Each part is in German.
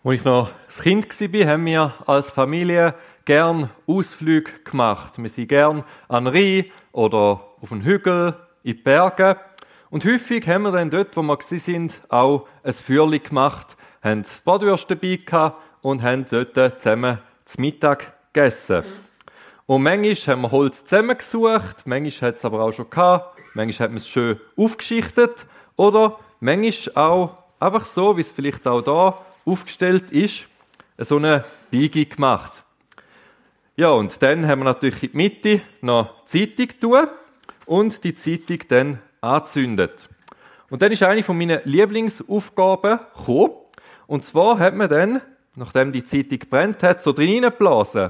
Als ich noch ein Kind war, haben wir als Familie gern Ausflüge gemacht. Wir sind gern an den Rhein oder auf den Hügel, in die Berge. Und häufig haben wir dann dort, wo wir waren, auch ein Feuerchen gemacht, haben die Bratwürste dabei gehabt und haben dort zusammen zu Mittag gegessen. Und manchmal haben wir Holz zusammengesucht, manchmal hat es aber auch schon gehabt, manchmal hat man es schön aufgeschichtet oder manchmal auch einfach so, wie es vielleicht auch da aufgestellt ist, so eine Biege gemacht. Ja, und dann haben wir natürlich in die Mitte noch Zeitung tun und die Zeitung dann angezündet. Und dann ist eine von meinen Lieblingsaufgaben gekommen. Und zwar hat man dann, nachdem die Zeitung gebrannt hat, so drin hineingeblasen.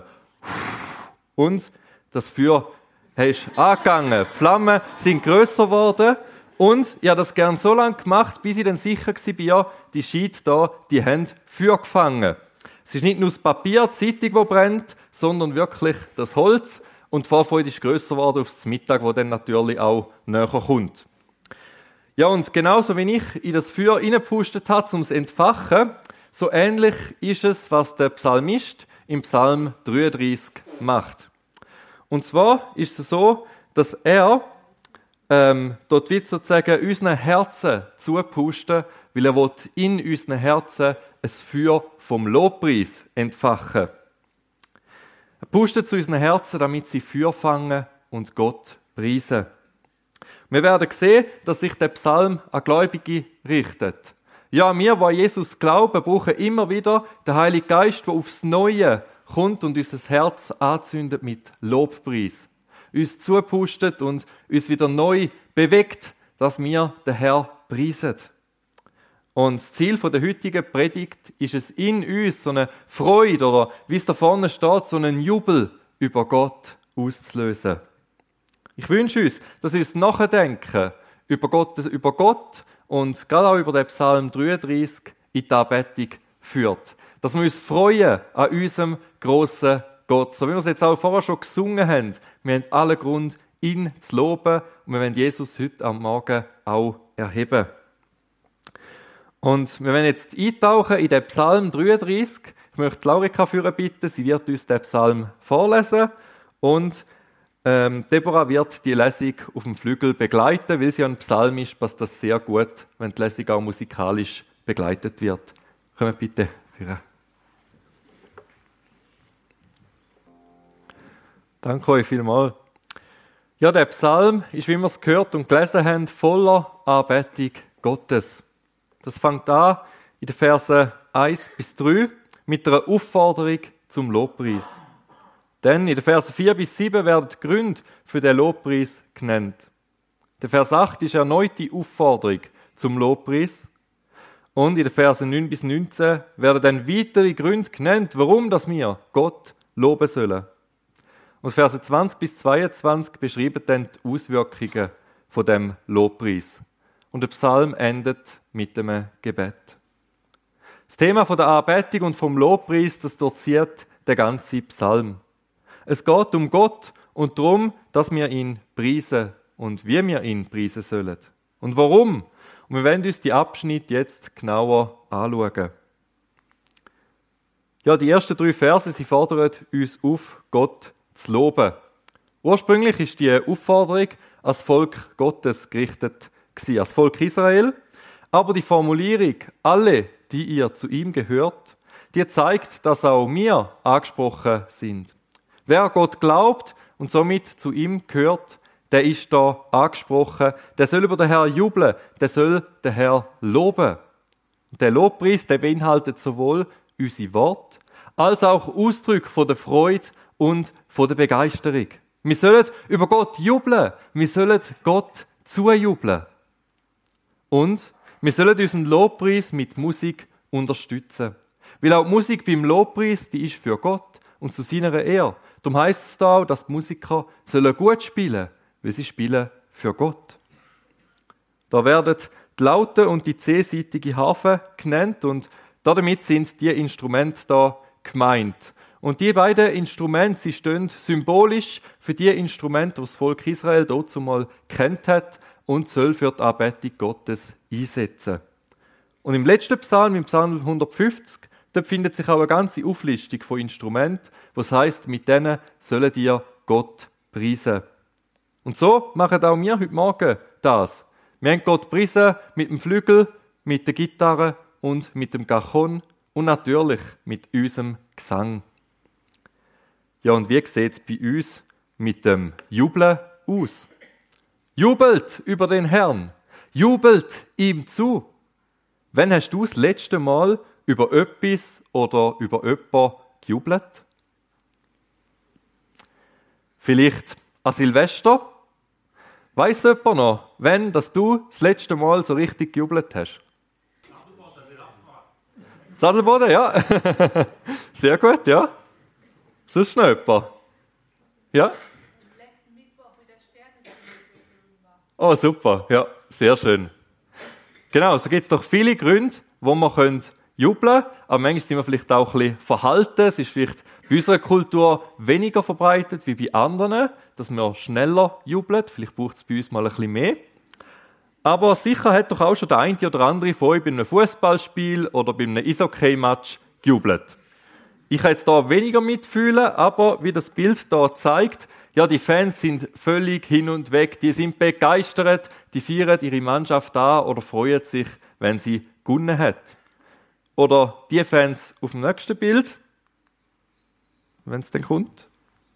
Und das Feuer ist angegangen. Die Flammen sind grösser geworden. Und ich habe das gerne so lange gemacht, bis ich dann sicher war, ja, die Scheite da, die haben Feuer gefangen. Es ist nicht nur das Papier, die Zeitung, die brennt, sondern wirklich das Holz. Und die Vorfreude ist grösser geworden auf das Mittag, wo dann natürlich auch näher kommt. Ja, und genauso wie ich in das Feuer reingepustet habe, um es zu entfachen, so ähnlich ist es, was der Psalmist im Psalm 33 macht. Und zwar ist es so, dass er dort wird sozusagen unseren Herzen zupusten, weil er in unseren Herzen ein Feuer vom Lobpreis entfachen. Er pustet zu unseren Herzen, damit sie Feuer fangen und Gott preisen. Wir werden sehen, dass sich der Psalm an Gläubige richtet. Ja, wir, die an Jesus glauben, brauchen immer wieder den Heiligen Geist, der aufs Neue kommt und unser Herz anzündet mit Lobpreis. Uns zupustet und uns wieder neu bewegt, dass wir den Herrn preisen. Und das Ziel der heutigen Predigt ist es, in uns so eine Freude oder, wie es da vorne steht, so einen Jubel über Gott auszulösen. Ich wünsche uns, dass wir uns nachdenken über Gott und gerade auch über den Psalm 33 in die Anbetung führt. Dass wir uns freuen an unserem grossen Gott. So wie wir es jetzt auch vorher schon gesungen haben. Wir haben allen Grund, ihn zu loben und wir wollen Jesus heute am Morgen auch erheben. Und wir werden jetzt eintauchen in den Psalm 33. Ich möchte Laurika bitten, sie wird uns den Psalm vorlesen und Deborah wird die Lesung auf dem Flügel begleiten, weil sie ein Psalm ist, passt das sehr gut, wenn die Lesung auch musikalisch begleitet wird. Kommt bitte führen. Danke euch vielmals. Ja, der Psalm ist, wie wir es gehört und gelesen haben, voller Anbetung Gottes. Das fängt an in den Versen 1 bis 3 mit einer Aufforderung zum Lobpreis. Dann in den Versen 4 bis 7 werden die Gründe für den Lobpreis genannt. Der Vers 8 ist erneut die Aufforderung zum Lobpreis. Und in den Versen 9 bis 19 werden dann weitere Gründe genannt, warum dass wir Gott loben sollen. Und Verse 20 bis 22 beschreiben dann die Auswirkungen von dem Lobpreis. Und der Psalm endet mit dem Gebet. Das Thema von der Anbetung und vom Lobpreis, das durchzieht den ganzen Psalm. Es geht um Gott und darum, dass wir ihn preisen und wie wir ihn preisen sollen. Und warum? Und wir werden uns die Abschnitte jetzt genauer anschauen. Ja, die ersten 3 Verse, sie fordern uns auf, Gott zu loben. Ursprünglich ist die Aufforderung als Volk Gottes gerichtet gewesen, als Volk Israel. Aber die Formulierung, alle, die ihr zu ihm gehört, die zeigt, dass auch wir angesprochen sind. Wer Gott glaubt und somit zu ihm gehört, der ist da angesprochen. Der soll über den Herrn jubeln, der soll den Herrn loben. Und der Lobpreis, der beinhaltet sowohl unsere Worte als auch Ausdrücke von der Freude und von der Begeisterung. Wir sollen über Gott jubeln, wir sollen Gott zujubeln. Und wir sollen unseren Lobpreis mit Musik unterstützen. Weil auch die Musik beim Lobpreis, die ist für Gott und zu seiner Ehre. Darum heisst es da auch, dass die Musiker sollen gut spielen, weil sie spielen für Gott. Da werden die laute und die C-seitige Harfe genannt und damit sind die Instrumente da gemeint. Und die beiden Instrumente, sie stehen symbolisch für die Instrumente, die das Volk Israel dazu mal kennt hat und soll für die Anbetung Gottes einsetzen. Und im letzten Psalm, im Psalm 150, Dort findet sich auch eine ganze Auflistung von Instrumenten, was heisst, mit denen sollen dir Gott preisen. Und so machen auch wir heute Morgen das. Wir haben Gott preisen mit dem Flügel, mit der Gitarre und mit dem Cajon und natürlich mit unserem Gesang. Ja, und wie sieht es bei uns mit dem Jubeln aus? Jubelt über den Herrn, jubelt ihm zu. Wann hast du das letzte Mal über etwas oder über jemanden gejubelt? Vielleicht an Silvester? Weiss jemand noch, wann dass du das letzte Mal so richtig gejubelt hast? Zadelboden, ja. Sehr gut, ja. Sonst noch jemand? Ja? Oh, super, ja, sehr schön. Genau, so gibt es doch viele Gründe, wo man jubeln können, aber manchmal sind wir vielleicht auch ein bisschen verhalten. Es ist vielleicht bei unserer Kultur weniger verbreitet wie bei anderen, dass wir schneller jubeln. Vielleicht braucht es bei uns mal ein bisschen mehr. Aber sicher hat doch auch schon der eine oder andere von euch bei einem Fußballspiel oder bei einem Eishockey-Match gejubelt. Ich kann jetzt da weniger mitfühlen, aber wie das Bild da zeigt, ja, die Fans sind völlig hin und weg, die sind begeistert, die feiern ihre Mannschaft an oder freuen sich, wenn sie gewonnen hat. Oder die Fans auf dem nächsten Bild, wenn es dann kommt.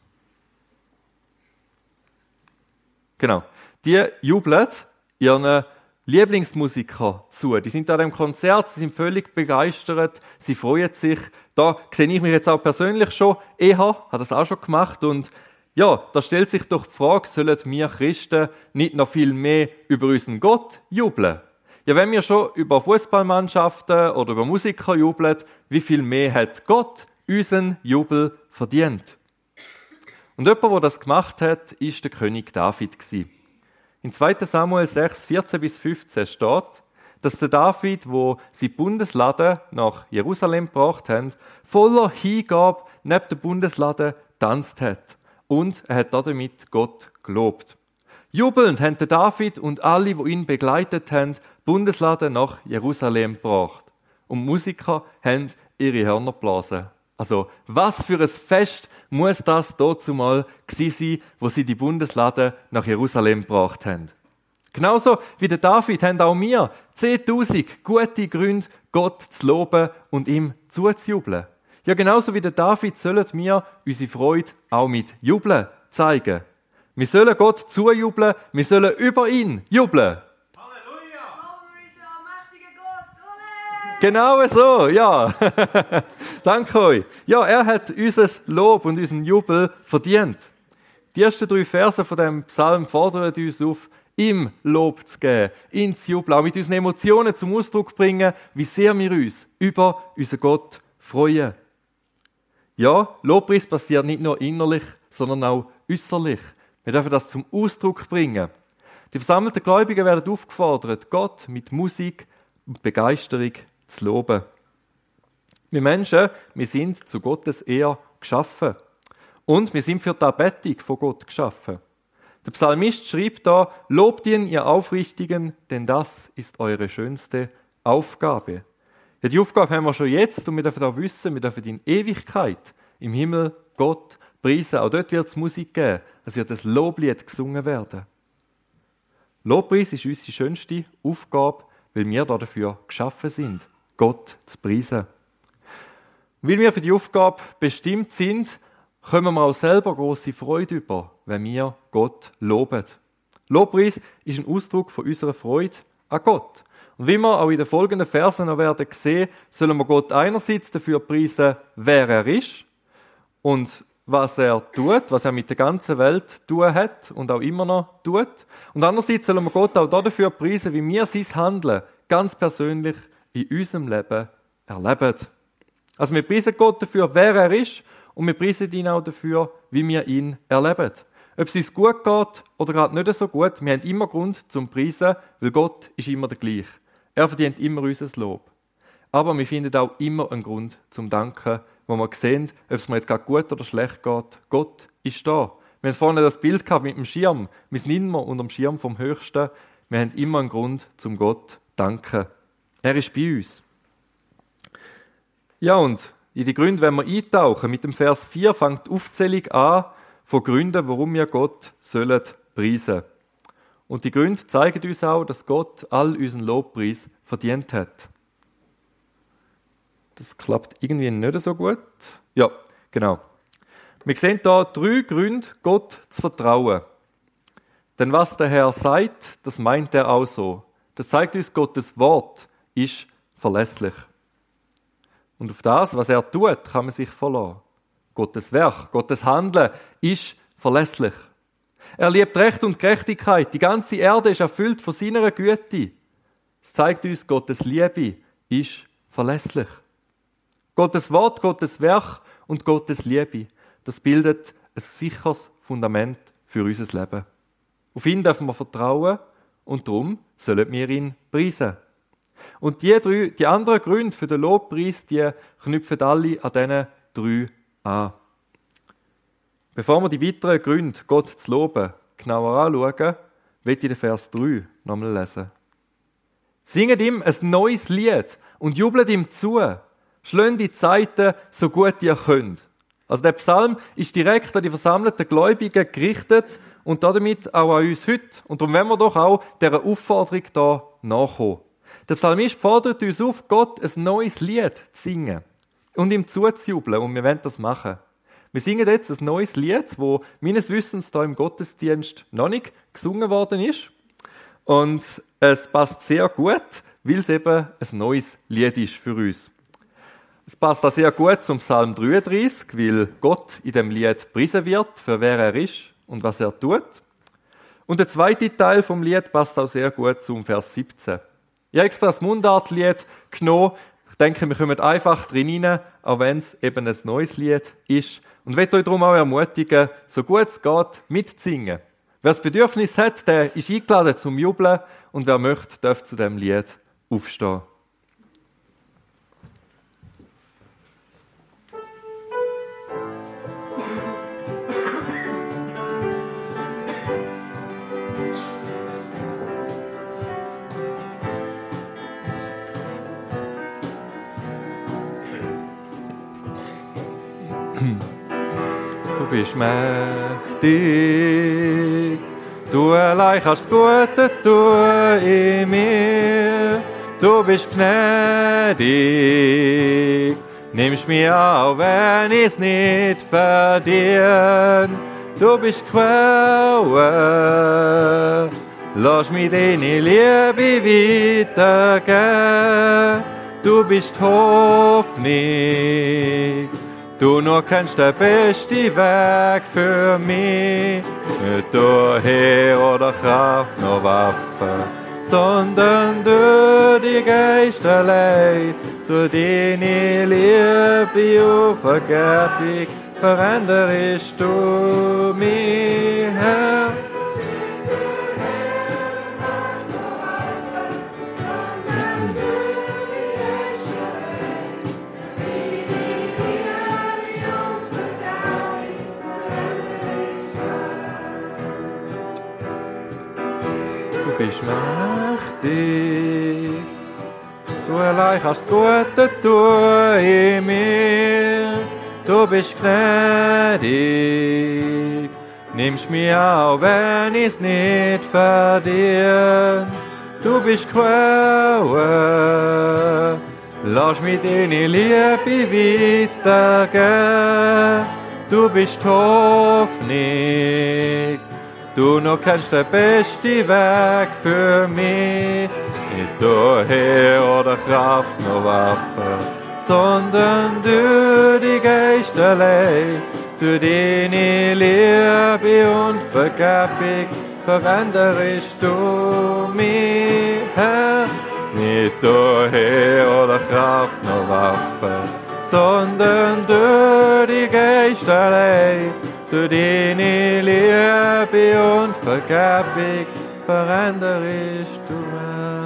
Genau, die jubeln ihren Lieblingsmusiker zu. Die sind an dem Konzert, sie sind völlig begeistert, sie freuen sich. Da sehe ich mich jetzt auch persönlich schon eher, habe das auch schon gemacht und ja, da stellt sich doch die Frage, sollen wir Christen nicht noch viel mehr über unseren Gott jubeln? Ja, wenn wir schon über Fußballmannschaften oder über Musiker jubeln, wie viel mehr hat Gott unseren Jubel verdient? Und jemand, der das gemacht hat, ist der König David gewesen. In 2. Samuel 6, 14 bis 15 steht, dass der David, wo sie Bundeslade nach Jerusalem gebracht haben, voller Hingabe neben der Bundeslade tanzt hat. Und er hat damit Gott gelobt. Jubelnd haben der David und alle, die ihn begleitet haben, Bundeslade nach Jerusalem gebracht. Und Musiker haben ihre Hörner geblasen. Also, was für ein Fest muss das dazu mal gewesen sein, wo sie die Bundeslade nach Jerusalem gebracht haben. Genauso wie der David haben auch wir 10.000 gute Gründe, Gott zu loben und ihm zuzujubeln. Ja, genauso wie der David sollen wir unsere Freude auch mit Jubeln zeigen. Wir sollen Gott zujubeln, wir sollen über ihn jubeln. Genau so, ja. Danke euch. Ja, er hat unser Lob und unseren Jubel verdient. Die ersten 3 Verse von dem Psalm fordern uns auf, ihm Lob zu geben, ihn zu jubeln, auch mit unseren Emotionen zum Ausdruck bringen, wie sehr wir uns über unseren Gott freuen. Ja, Lobpreis passiert nicht nur innerlich, sondern auch äußerlich. Wir dürfen das zum Ausdruck bringen. Die versammelten Gläubigen werden aufgefordert, Gott mit Musik und Begeisterung zu loben. Wir Menschen, wir sind zu Gottes Ehre geschaffen. Und wir sind für die Anbetung von Gott geschaffen. Der Psalmist schreibt da, lobt ihn, ihr Aufrichtigen, denn das ist eure schönste Aufgabe. Ja, die Aufgabe haben wir schon jetzt und wir dürfen auch wissen, wir dürfen in Ewigkeit im Himmel Gott preisen. Auch dort wird es Musik geben. Es wird ein Loblied gesungen werden. Lobpreis ist unsere schönste Aufgabe, weil wir dafür geschaffen sind, Gott zu preisen. Weil wir für die Aufgabe bestimmt sind, kommen wir auch selber grosse Freude über, wenn wir Gott loben. Lobpreis ist ein Ausdruck von unserer Freude an Gott. Und wie wir auch in den folgenden Versen noch werden sehen, sollen wir Gott einerseits dafür preisen, wer er ist und was er tut, was er mit der ganzen Welt tun hat und auch immer noch tut. Und andererseits sollen wir Gott auch dafür preisen, wie wir sein Handeln ganz persönlich in unserem Leben erleben. Also wir preisen Gott dafür, wer er ist und wir preisen ihn auch dafür, wie wir ihn erleben. Ob es uns gut geht oder gerade nicht so gut, wir haben immer Grund zum Preisen, weil Gott ist immer der gleiche. Er verdient immer unser Lob. Aber wir finden auch immer einen Grund zum Danken, wo wir sehen, ob es mir jetzt gerade gut oder schlecht geht. Gott ist da. Wir haben vorhin das Bild gehabt mit dem Schirm. Wir sind immer unter dem Schirm vom Höchsten. Wir haben immer einen Grund zum Gott zu danken. Er ist bei uns. Ja, und in die Gründe, wenn wir eintauchen, mit dem Vers 4 fängt die Aufzählung an von Gründen, warum wir Gott sollen preisen. Und die Gründe zeigen uns auch, dass Gott all unseren Lobpreis verdient hat. Das klappt irgendwie nicht so gut. Ja, genau. Wir sehen hier 3 Gründe, Gott zu vertrauen. Denn was der Herr sagt, das meint er auch so. Das zeigt uns, Gottes Wort ist verlässlich. Und auf das, was er tut, kann man sich verlassen. Gottes Werk, Gottes Handeln ist verlässlich. Er liebt Recht und Gerechtigkeit. Die ganze Erde ist erfüllt von seiner Güte. Es zeigt uns, Gottes Liebe ist verlässlich. Gottes Wort, Gottes Werk und Gottes Liebe, das bildet ein sicheres Fundament für unser Leben. Auf ihn dürfen wir vertrauen und darum sollen wir ihn preisen. Und die anderen Gründe für den Lobpreis, die knüpfen alle an diesen 3 an. Bevor wir die weiteren Gründe, Gott zu loben, genauer anschauen, möchte ich den Vers 3 nochmal lesen. Singet ihm ein neues Lied und jubelt ihm zu. Schlönt die Zeiten so gut ihr könnt. Also der Psalm ist direkt an die versammelten Gläubigen gerichtet und damit auch an uns heute. Und darum wollen wir doch auch dieser Aufforderung hier nachkommen. Der Psalmist fordert uns auf, Gott ein neues Lied zu singen und ihm zuzujubeln. Und wir wollen das machen. Wir singen jetzt ein neues Lied, das meines Wissens hier im Gottesdienst noch nicht gesungen worden ist. Und es passt sehr gut, weil es eben ein neues Lied ist für uns. Es passt auch sehr gut zum Psalm 33, weil Gott in dem Lied gepriesen wird, für wer er ist und was er tut. Und der zweite Teil vom Lied passt auch sehr gut zum Vers 17. Ich habe extra das Mundartlied genommen. Ich denke, wir kommen einfach drin rein, auch wenn es eben ein neues Lied ist. Und ich möchte euch darum auch ermutigen, so gut es geht, mitzusingen. Wer das Bedürfnis hat, der ist eingeladen zum Jubeln und wer möchte, darf zu dem Lied aufstehen. Du bist mächtig, du allein kannst Gute tun in mir. Du bist gnädig, nimmst mich auch, wenn ich's nicht verdien. Du bist Quelle, lass mich deine Liebe weitergeben. Du bist Hoffnung, du nur kennst den besten Weg für mich. Nicht durch Heer oder Kraft noch Waffen, sondern durch die Geist allein. Durch deine Liebe und Vergebung veränderst du mich, Herr. Du bist mächtig, du allein kannst Gute tun in mir. Du bist gnädig, nimmst mich auch, wenn ich's nicht verdien. Du bist Quelle, lass mich deine Liebe weitergeben. Du bist Hoffnung, du noch kennst den besten Weg für mich. Nicht durch Heer oder Kraft noch Waffen, sondern durch die Geist allein. Durch deine Liebe und Vergebung veränderst du mich, Herr. Nicht durch Heer oder Kraft noch Waffen, sondern durch die Geist allein. Durch deine Liebe und Vergebung veränderst du mich.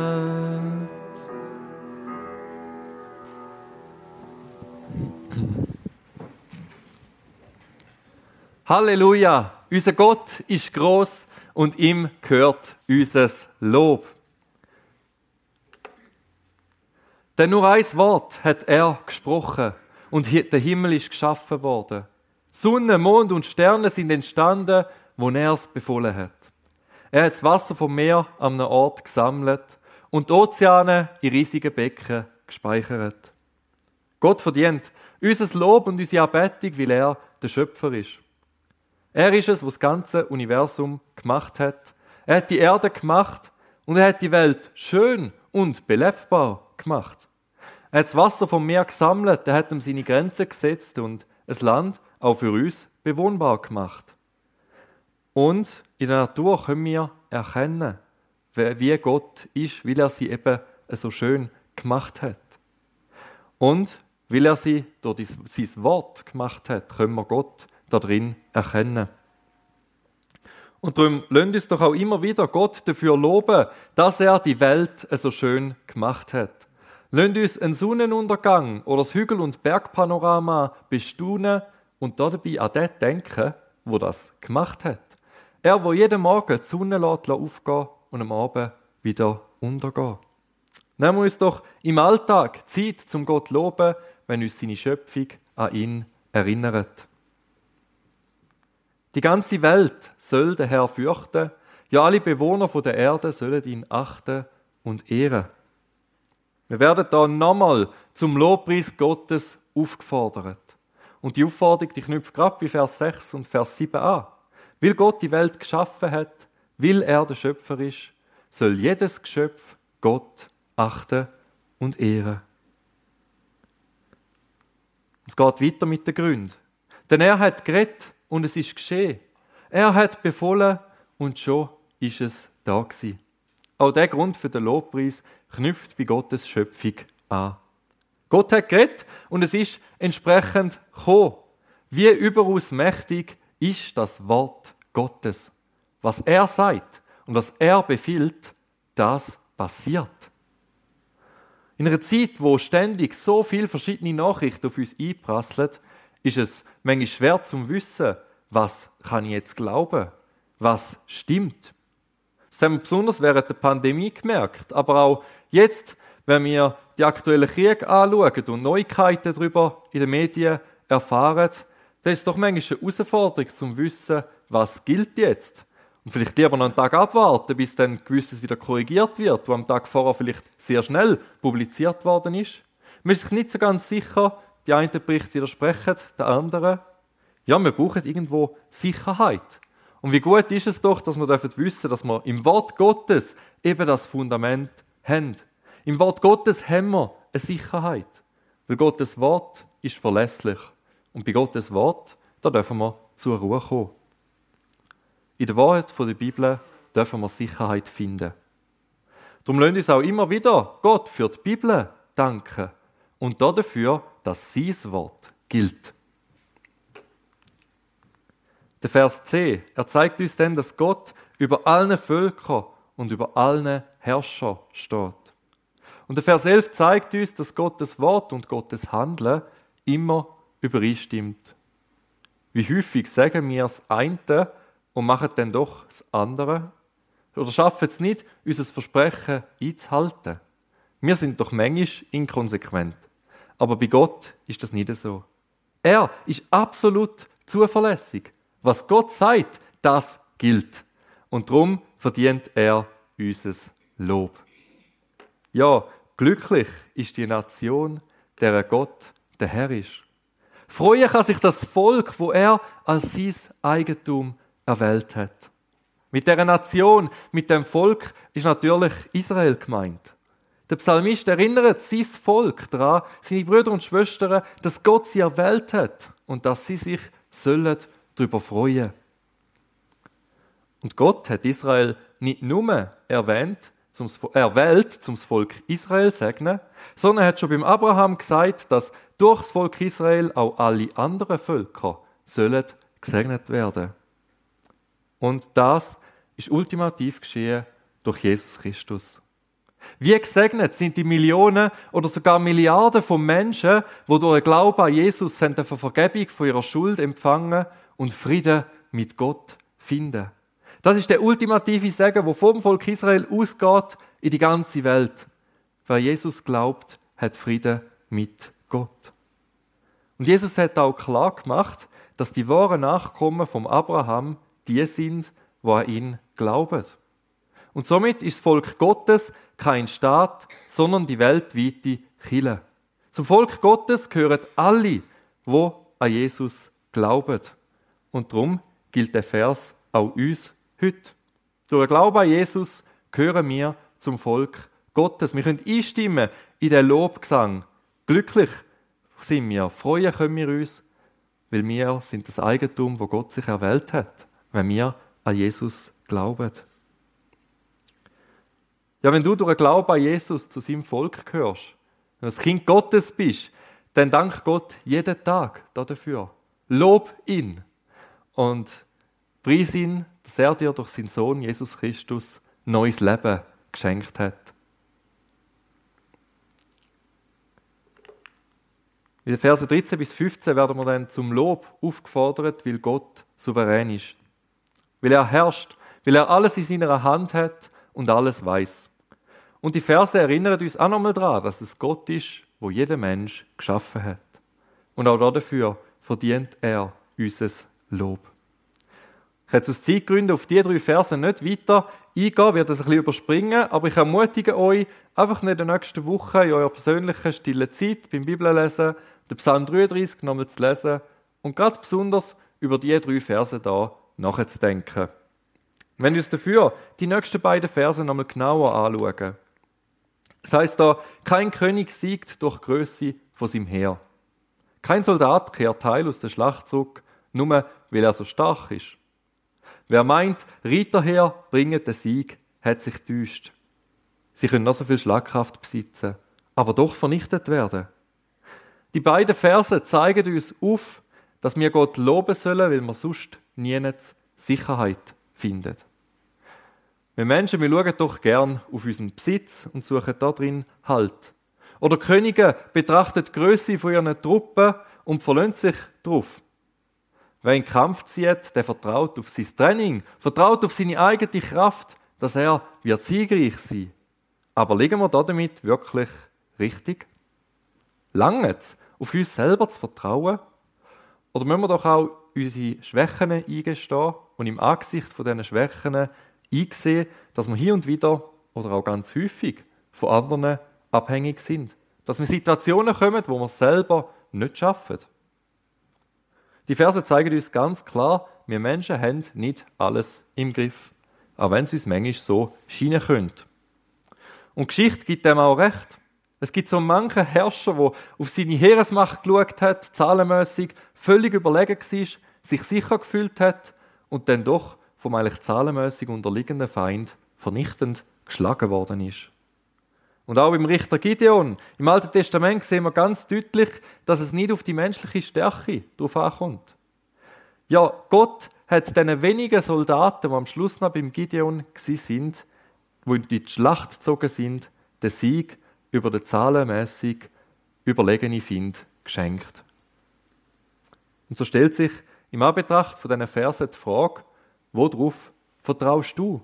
Halleluja! Unser Gott ist gross und ihm gehört unser Lob. Denn nur ein Wort hat er gesprochen und der Himmel ist geschaffen worden. Sonne, Mond und Sterne sind entstanden, wo er es befohlen hat. Er hat das Wasser vom Meer an einem Ort gesammelt und die Ozeane in riesigen Becken gespeichert. Gott verdient unser Lob und unsere Anbetung, weil er der Schöpfer ist. Er ist es, der das ganze Universum gemacht hat. Er hat die Erde gemacht und er hat die Welt schön und belebbar gemacht. Er hat das Wasser vom Meer gesammelt, er hat ihm seine Grenzen gesetzt und ein Land auch für uns bewohnbar gemacht. Und in der Natur können wir erkennen, wie Gott ist, weil er sie eben so schön gemacht hat. Und weil er sie durch sein Wort gemacht hat, können wir Gott darin erkennen. Und darum lasst uns doch auch immer wieder Gott dafür loben, dass er die Welt so schön gemacht hat. Lasst uns einen Sonnenuntergang oder das Hügel- und Bergpanorama bestaunen und dabei an den denken, der das gemacht hat. Er, der jeden Morgen die Sonne aufgehen und am Abend wieder untergehen. Nehmen wir uns doch im Alltag Zeit, zum Gott zu loben, wenn uns seine Schöpfung an ihn erinnert. Die ganze Welt soll den Herrn fürchten, ja alle Bewohner der Erde sollen ihn achten und ehren. Wir werden da nochmal zum Lobpreis Gottes aufgefordert. Und die Aufforderung, die knüpft gerade bei Vers 6 und Vers 7 an. Weil Gott die Welt geschaffen hat, weil er der Schöpfer ist, soll jedes Geschöpf Gott achten und ehren. Es geht weiter mit den Gründen. Denn er hat geredet und es ist geschehen. Er hat befohlen und schon ist es da gewesen. Auch der Grund für den Lobpreis knüpft bei Gottes Schöpfung an. Gott hat geredet und es ist entsprechend gekommen. Wie überaus mächtig ist das Wort Gottes. Was er sagt und was er befiehlt, das passiert. In einer Zeit, wo ständig so viele verschiedene Nachrichten auf uns einprasseln, ist es manchmal schwer zu wissen, was kann ich jetzt glauben, was stimmt. Das haben wir besonders während der Pandemie gemerkt, aber auch jetzt, wenn wir die aktuellen Kriege anschauen und Neuigkeiten darüber in den Medien erfahren, dann ist es doch manchmal eine Herausforderung, zu wissen, was gilt jetzt. Und vielleicht lieber noch einen Tag abwarten, bis dann Gewisses wieder korrigiert wird, was am Tag vorher vielleicht sehr schnell publiziert worden ist. Man ist sich nicht so ganz sicher, die einen Berichte widersprechen den anderen. Ja, wir brauchen irgendwo Sicherheit. Und wie gut ist es doch, dass wir wissen dürfen, dass wir im Wort Gottes eben das Fundament haben. Im Wort Gottes haben wir eine Sicherheit. Weil Gottes Wort ist verlässlich. Und bei Gottes Wort, da dürfen wir zur Ruhe kommen. In der Wahrheit der Bibel dürfen wir Sicherheit finden. Darum lasst uns auch immer wieder Gott für die Bibel danken und dafür, dass sein Wort gilt. Der Vers 10, er zeigt uns dann, dass Gott über allen Völkern und über allen Herrschern steht. Und der Vers 11 zeigt uns, dass Gottes Wort und Gottes Handeln immer übereinstimmt. Wie häufig sagen wir das eine und machen dann doch das andere? Oder schaffen es nicht, unser Versprechen einzuhalten? Wir sind doch manchmal inkonsequent. Aber bei Gott ist das nicht so. Er ist absolut zuverlässig. Was Gott sagt, das gilt. Und darum verdient er unser Lob. Ja, glücklich ist die Nation, deren Gott der Herr ist. Freuen kann sich das Volk, wo er als sein Eigentum erwählt hat. Mit dieser Nation, mit dem Volk ist natürlich Israel gemeint. Der Psalmist erinnert sein Volk daran, seine Brüder und Schwestern, dass Gott sie erwählt hat und dass sie sich sollen darüber freuen. Und Gott hat Israel nicht nur erwählt, zum Volk Israel zu segnen, sondern er hat schon beim Abraham gesagt, dass durch das Volk Israel auch alle anderen Völker sollen gesegnet werden. Und das ist ultimativ geschehen durch Jesus Christus. Wie gesegnet sind die Millionen oder sogar Milliarden von Menschen, die durch den Glauben an Jesus eine Vergebung von ihrer Schuld empfangen und Frieden mit Gott finden. Das ist der ultimative Segen, der vom Volk Israel ausgeht in die ganze Welt. Wer Jesus glaubt, hat Frieden mit Gott. Und Jesus hat auch klar gemacht, dass die wahren Nachkommen vom Abraham die sind, die an ihn glauben. Und somit ist das Volk Gottes kein Staat, sondern die weltweite Kirche. Zum Volk Gottes gehören alle, die an Jesus glauben. Und darum gilt der Vers auch uns heute. Durch den Glauben an Jesus gehören wir zum Volk Gottes. Wir können einstimmen in den Lobgesang. Glücklich sind wir, freuen können wir uns, weil wir sind das Eigentum, das Gott sich erwählt hat, wenn wir an Jesus glauben. Ja, wenn du durch den Glauben an Jesus zu seinem Volk gehörst, wenn du das Kind Gottes bist, dann dank Gott jeden Tag dafür. Lob ihn und preis ihn, dass er dir durch seinen Sohn Jesus Christus neues Leben geschenkt hat. In den Versen 13 bis 15 werden wir dann zum Lob aufgefordert, weil Gott souverän ist. Weil er herrscht, weil er alles in seiner Hand hat und alles weiß. Und die Verse erinnern uns auch nochmal daran, dass es Gott ist, wo jeder Mensch geschaffen hat. Und auch dafür verdient er unser Lob. Ich werde aus Zeitgründen auf diese 3 Verse nicht weiter eingehen, werde das ein bisschen überspringen, aber ich ermutige euch, einfach in der nächsten Woche in eurer persönlichen stillen Zeit beim Bibellesen den Psalm 33 nochmal zu lesen und gerade besonders über diese 3 Verse da nachzudenken. Wenn wir uns dafür die nächsten beiden Verse nochmal genauer anschauen. Das heisst da, kein König siegt durch Grösse von seinem Heer. Kein Soldat kehrt heil aus der Schlacht zurück, nur weil er so stark ist. Wer meint, Reiterheer bringen den Sieg, hat sich getäuscht. Sie können noch so viel Schlagkraft besitzen, aber doch vernichtet werden. Die beiden Verse zeigen uns auf, dass wir Gott loben sollen, weil wir sonst nirgends Sicherheit finden. Wir Menschen, wir schauen doch gern auf unseren Besitz und suchen da drin Halt. Oder Könige betrachten die Grösse von ihren Truppen und verlassen sich darauf. Wer in den Kampf zieht, der vertraut auf sein Training, vertraut auf seine eigene Kraft, dass er wird siegreich sein. Aber liegen wir damit wirklich richtig? Lange es, auf uns selber zu vertrauen? Oder müssen wir doch auch unsere Schwächen eingestehen und im Angesicht von diesen Schwächen einsehen, dass wir hier und wieder oder auch ganz häufig von anderen abhängig sind? Dass wir Situationen kommen, wo wir es selber nicht schaffen? Die Verse zeigen uns ganz klar, wir Menschen haben nicht alles im Griff, auch wenn es uns manchmal so scheinen könnte. Und die Geschichte gibt dem auch recht. Es gibt so manchen Herrscher, der auf seine Heeresmacht geschaut hat, zahlenmässig völlig überlegen war, sich sicher gefühlt hat und dann doch vom eigentlich zahlenmässig unterliegenden Feind vernichtend geschlagen worden ist. Und auch im Richter Gideon, im Alten Testament sehen wir ganz deutlich, dass es nicht auf die menschliche Stärke drauf ankommt. Ja, Gott hat diesen wenigen Soldaten, die am Schluss noch beim Gideon sind, die in die Schlacht gezogen sind, den Sieg über den zahlenmässig überlegenen Feind geschenkt. Und so stellt sich im Anbetracht von diesen Versen die Frage, worauf vertraust du?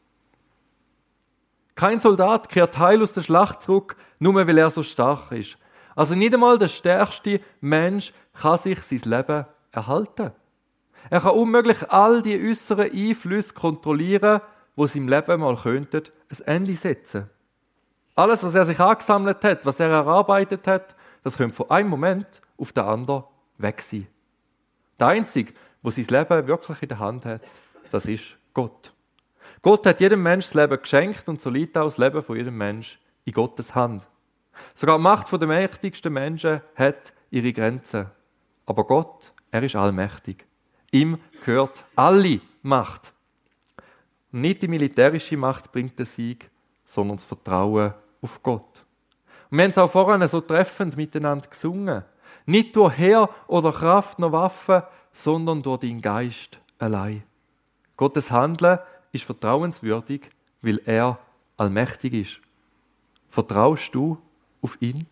Kein Soldat kehrt heil aus der Schlacht zurück, nur weil er so stark ist. Also nicht einmal der stärkste Mensch kann sich sein Leben erhalten. Er kann unmöglich all die äußeren Einflüsse kontrollieren, die seinem Leben mal könnten, ein Ende setzen. Alles, was er sich angesammelt hat, was er erarbeitet hat, das könnte von einem Moment auf den anderen weg sein. Der Einzige, der sein Leben wirklich in der Hand hat, das ist Gott. Gott hat jedem Menschen das Leben geschenkt und so liegt auch das Leben von jedem Menschen in Gottes Hand. Sogar die Macht der mächtigsten Menschen hat ihre Grenzen. Aber Gott, er ist allmächtig. Ihm gehört alle Macht. Und nicht die militärische Macht bringt den Sieg, sondern das Vertrauen auf Gott. Und wir haben es auch vorhin so treffend miteinander gesungen. Nicht durch Heer oder Kraft noch Waffen, sondern durch deinen Geist allein. Gottes Handeln ist vertrauenswürdig, weil er allmächtig ist. Vertraust du auf ihn?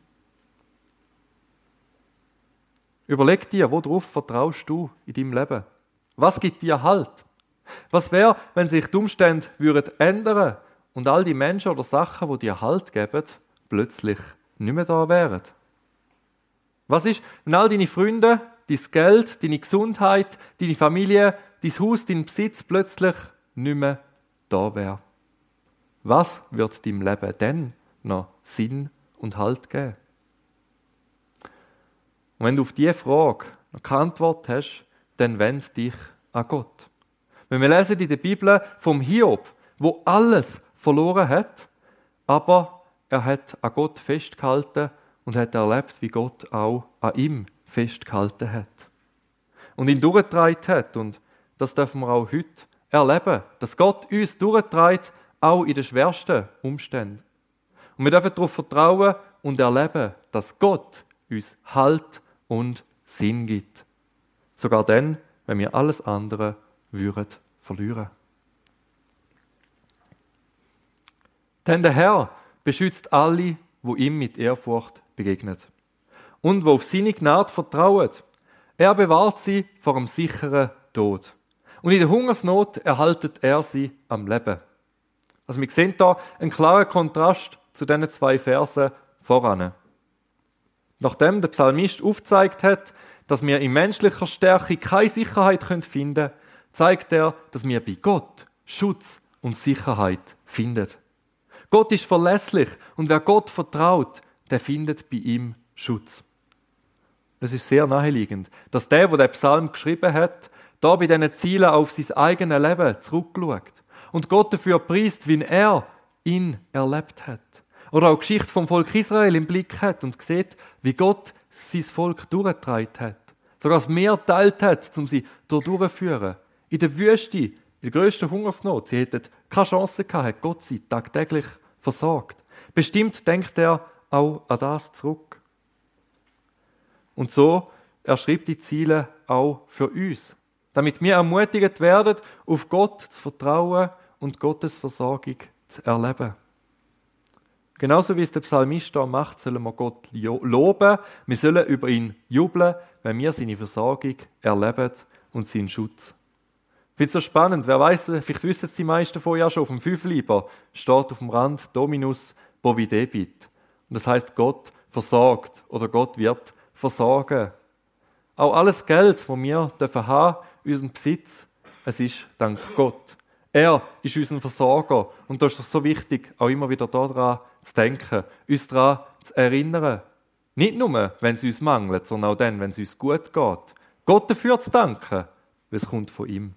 Überleg dir, worauf vertraust du in deinem Leben? Was gibt dir Halt? Was wäre, wenn sich die Umstände ändern würden und all die Menschen oder Sachen, die dir Halt geben, plötzlich nicht mehr da wären? Was ist, wenn all deine Freunde, dein Geld, deine Gesundheit, deine Familie, dein Haus, dein Besitz plötzlich nicht mehr da wäre? Was wird deinem Leben dann noch Sinn und Halt geben? Und wenn du auf diese Frage noch keine Antwort hast, dann wend dich an Gott. Wenn wir lesen in der Bibel vom Hiob, wo alles verloren hat, aber er hat an Gott festgehalten und hat erlebt, wie Gott auch an ihm festgehalten hat. Und ihn durchgetragen hat. Und das dürfen wir auch heute erleben, dass Gott uns durchträgt, auch in den schwersten Umständen. Und wir dürfen darauf vertrauen und erleben, dass Gott uns Halt und Sinn gibt. Sogar dann, wenn wir alles andere würden verlieren. Denn der Herr beschützt alle, wo ihm mit Ehrfurcht begegnet und wo auf seine Gnade vertrauen. Er bewahrt sie vor einem sicheren Tod. Und in der Hungersnot erhaltet er sie am Leben. Also wir sehen hier einen klaren Kontrast zu diesen 2 Versen voran. Nachdem der Psalmist aufgezeigt hat, dass wir in menschlicher Stärke keine Sicherheit finden können, zeigt er, dass wir bei Gott Schutz und Sicherheit finden. Gott ist verlässlich und wer Gott vertraut, der findet bei ihm Schutz. Es ist sehr naheliegend, dass der den Psalm geschrieben hat, da bei diesen Zielen auf sein eigenes Leben zurückschaut und Gott dafür preist, wie er ihn erlebt hat. Oder auch die Geschichte vom Volk Israel im Blick hat und sieht, wie Gott sein Volk durchgetragen hat. Sogar das Meer geteilt hat, um sie durchzuführen. In der Wüste, in der grössten Hungersnot, sie hätten keine Chance gehabt, hat Gott sie tagtäglich versorgt. Bestimmt denkt er auch an das zurück. Und so, er schreibt die Ziele auch für uns, damit wir ermutigt werden, auf Gott zu vertrauen und Gottes Versorgung zu erleben. Genauso wie es der Psalmist da macht, sollen wir Gott loben, wir sollen über ihn jubeln, wenn wir seine Versorgung erleben und seinen Schutz. Ich finde es so spannend, wer weiß, vielleicht wissen es die meisten von ja schon, auf dem Fünfliber steht auf dem Rand Dominus Providebit. Und das heißt, Gott versorgt oder Gott wird versorgen. Auch alles Geld, das wir haben, unseren Besitz, es ist dank Gott. Er ist unser Versorger und da ist es so wichtig, auch immer wieder daran zu denken, uns daran zu erinnern. Nicht nur, wenn es uns mangelt, sondern auch dann, wenn es uns gut geht. Gott dafür zu danken, weil es kommt von ihm.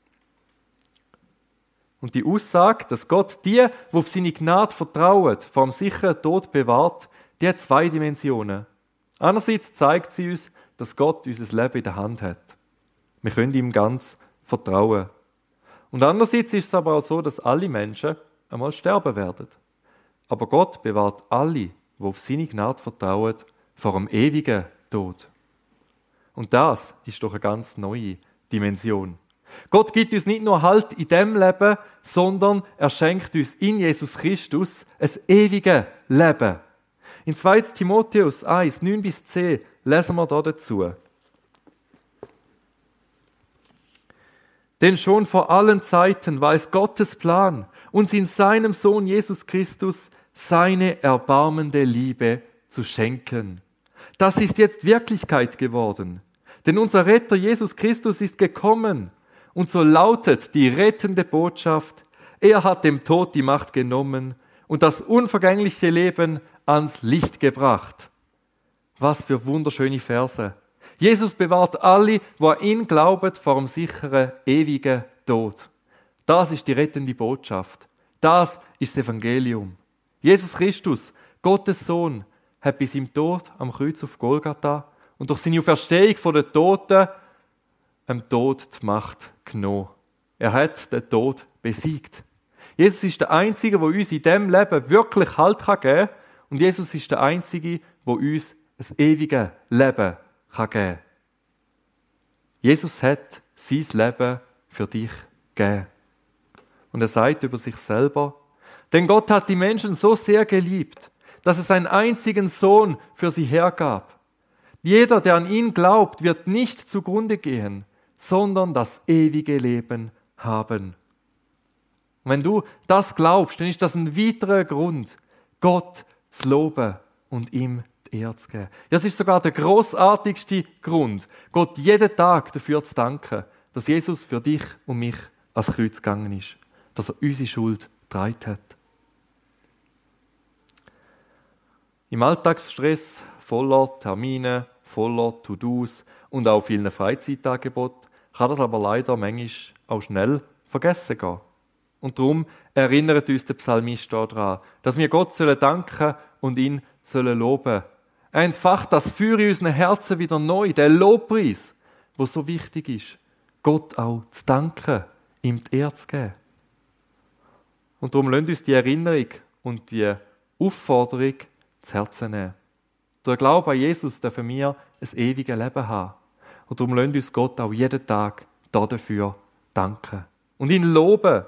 Und die Aussage, dass Gott die auf seine Gnade vertrauen, vor einem sicheren Tod bewahrt, die hat 2 Dimensionen. Einerseits zeigt sie uns, dass Gott unser Leben in der Hand hat. Wir können ihm ganz vertrauen. Und andererseits ist es aber auch so, dass alle Menschen einmal sterben werden. Aber Gott bewahrt alle, die auf seine Gnade vertrauen, vor einem ewigen Tod. Und das ist doch eine ganz neue Dimension. Gott gibt uns nicht nur Halt in diesem Leben, sondern er schenkt uns in Jesus Christus ein ewiges Leben. In 2. Timotheus 1, 9-10 lesen wir da dazu. Denn schon vor allen Zeiten war es Gottes Plan, uns in seinem Sohn Jesus Christus seine erbarmende Liebe zu schenken. Das ist jetzt Wirklichkeit geworden. Denn unser Retter Jesus Christus ist gekommen. Und so lautet die rettende Botschaft, er hat dem Tod die Macht genommen und das unvergängliche Leben ans Licht gebracht. Was für wunderschöne Verse. Jesus bewahrt alle, die an ihn glauben, vor einem sicheren, ewigen Tod. Das ist die rettende Botschaft. Das ist das Evangelium. Jesus Christus, Gottes Sohn, hat bis im Tod am Kreuz auf Golgatha und durch seine Auferstehung von den Toten dem Tod die Macht genommen. Er hat den Tod besiegt. Jesus ist der Einzige, der uns in diesem Leben wirklich Halt geben kann. Und Jesus ist der Einzige, der uns ein ewiges Leben geben kann. Jesus hat sein Leben für dich gegeben. Und er sagt über sich selber, denn Gott hat die Menschen so sehr geliebt, dass er seinen einzigen Sohn für sie hergab. Jeder, der an ihn glaubt, wird nicht zugrunde gehen, sondern das ewige Leben haben. Und wenn du das glaubst, dann ist das ein weiterer Grund, Gott zu loben und ihm die Ehre zu geben. Ja, es ist sogar der grossartigste Grund, Gott jeden Tag dafür zu danken, dass Jesus für dich und mich ans Kreuz gegangen ist, dass er unsere Schuld getragen hat. Im Alltagsstress, voller Termine, voller To-Dos und auch vielen Freizeitangeboten kann das aber leider manchmal auch schnell vergessen gehen. Und darum erinnert uns der Psalmist daran, dass wir Gott danken und ihn loben sollen. Er entfacht das Feuer in unseren Herzen wieder neu, der Lobpreis, der so wichtig ist, Gott auch zu danken, ihm die Ehre zu geben. Und darum lasst uns die Erinnerung und die Aufforderung zu Herzen nehmen. Durch Glauben an Jesus dürfen wir ein ewiges Leben haben. Und darum lasst uns Gott auch jeden Tag dafür danken und ihn loben.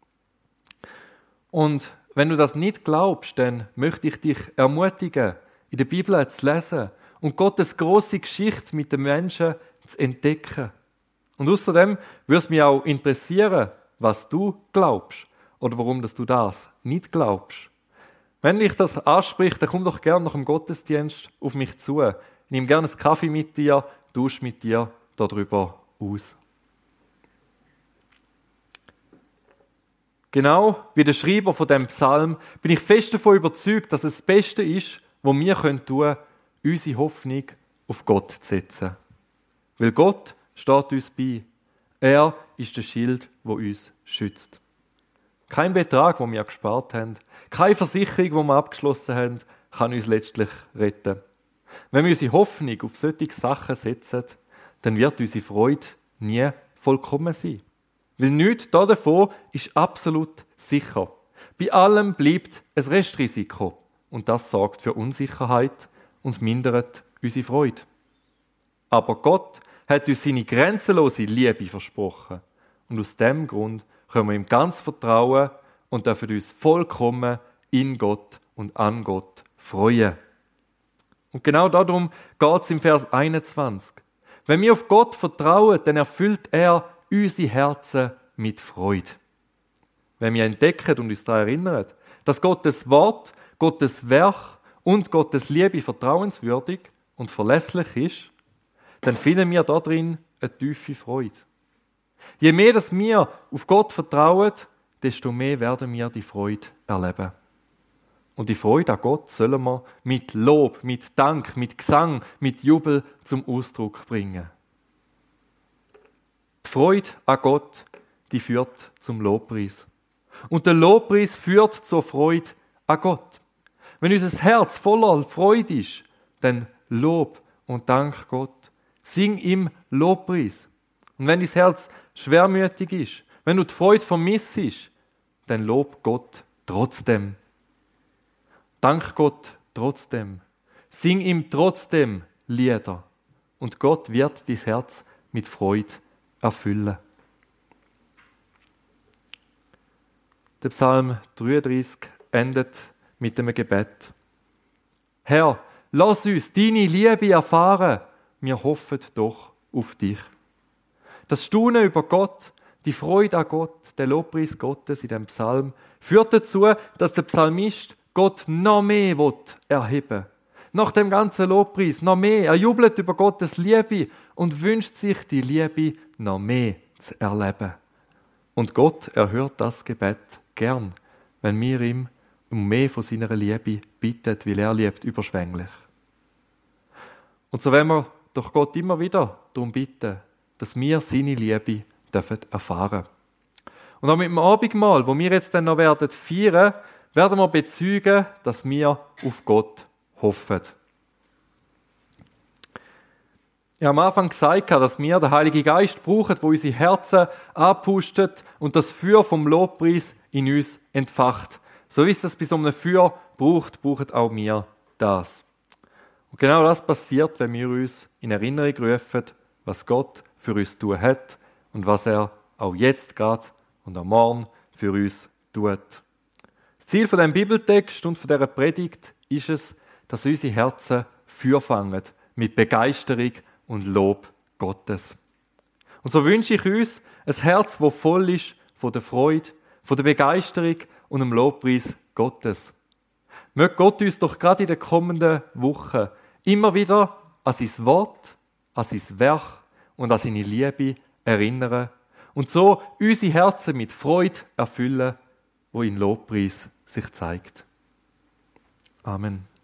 Und wenn du das nicht glaubst, dann möchte ich dich ermutigen, in der Bibel zu lesen und Gottes grosse Geschichte mit den Menschen zu entdecken. Und außerdem würde es mich auch interessieren, was du glaubst oder warum dass du das nicht glaubst. Wenn dich das anspricht, dann komm doch gerne nach dem Gottesdienst auf mich zu. Ich nehme gerne einen Kaffee mit dir, tausche mit dir darüber aus. Genau wie der Schreiber von dem Psalm bin ich fest davon überzeugt, dass es das Beste ist, was wir tun können, unsere Hoffnung auf Gott zu setzen. Weil Gott steht uns bei. Er ist der Schild, der uns schützt. Kein Betrag, den wir gespart haben, keine Versicherung, die wir abgeschlossen haben, kann uns letztlich retten. Wenn wir unsere Hoffnung auf solche Sachen setzen, dann wird unsere Freude nie vollkommen sein. Weil nichts davon ist absolut sicher. Bei allem bleibt ein Restrisiko. Und das sorgt für Unsicherheit und mindert unsere Freude. Aber Gott hat uns seine grenzenlose Liebe versprochen. Und aus diesem Grund können wir ihm ganz vertrauen und dürfen uns vollkommen in Gott und an Gott freuen. Und genau darum geht es im Vers 21. Wenn wir auf Gott vertrauen, dann erfüllt er unsere Herzen mit Freude. Wenn wir entdecken und uns daran erinnern, dass Gottes Wort, Gottes Werk und Gottes Liebe vertrauenswürdig und verlässlich ist, dann finden wir darin eine tiefe Freude. Je mehr dass wir auf Gott vertrauen, desto mehr werden wir die Freude erleben. Und die Freude an Gott sollen wir mit Lob, mit Dank, mit Gesang, mit Jubel zum Ausdruck bringen. Die Freude an Gott, die führt zum Lobpreis. Und der Lobpreis führt zur Freude an Gott. Wenn unser Herz voller Freude ist, dann Lob und Dank Gott. Sing ihm Lobpreis. Und wenn dein Herz schwermütig ist, wenn du die Freude vermisst, dann lob Gott trotzdem. Dank Gott trotzdem. Sing ihm trotzdem Lieder. Und Gott wird dein Herz mit Freude erfüllen. Der Psalm 33 endet mit dem Gebet. Herr, lass uns deine Liebe erfahren. Wir hoffen doch auf dich. Das Staunen über Gott, die Freude an Gott, der Lobpreis Gottes in dem Psalm, führt dazu, dass der Psalmist Gott noch mehr erheben will. Nach dem ganzen Lobpreis noch mehr. Er jubelt über Gottes Liebe und wünscht sich, die Liebe noch mehr zu erleben. Und Gott erhört das Gebet gern, wenn wir ihm um mehr von seiner Liebe bitten, weil er liebt überschwänglich. Und so werden wir doch Gott immer wieder darum bitten, dass wir seine Liebe erfahren dürfen. Und auch mit dem Abendmahl, wo wir jetzt dann noch feiern werden wir bezeugen, dass wir auf Gott hoffen. Ich habe am Anfang gesagt, dass wir den Heiligen Geist brauchen, der unsere Herzen anpustet und das Feuer vom Lobpreis in uns entfacht. So wie es das bei so einem Feuer braucht, brauchen auch wir das. Und genau das passiert, wenn wir uns in Erinnerung rufen, was Gott für uns tun hat und was er auch jetzt gerade und am Morgen für uns tut. Das Ziel von diesem Bibeltext und von dieser Predigt ist es, dass unsere Herzen Feuer fangen mit Begeisterung und Lob Gottes. Und so wünsche ich uns ein Herz, das voll ist von der Freude, von der Begeisterung und dem Lobpreis Gottes. Möge Gott uns doch gerade in den kommenden Wochen immer wieder an sein Wort, an sein Werk und an seine Liebe erinnern und so unsere Herzen mit Freude erfüllen, wo in Lobpreis sich zeigt. Amen.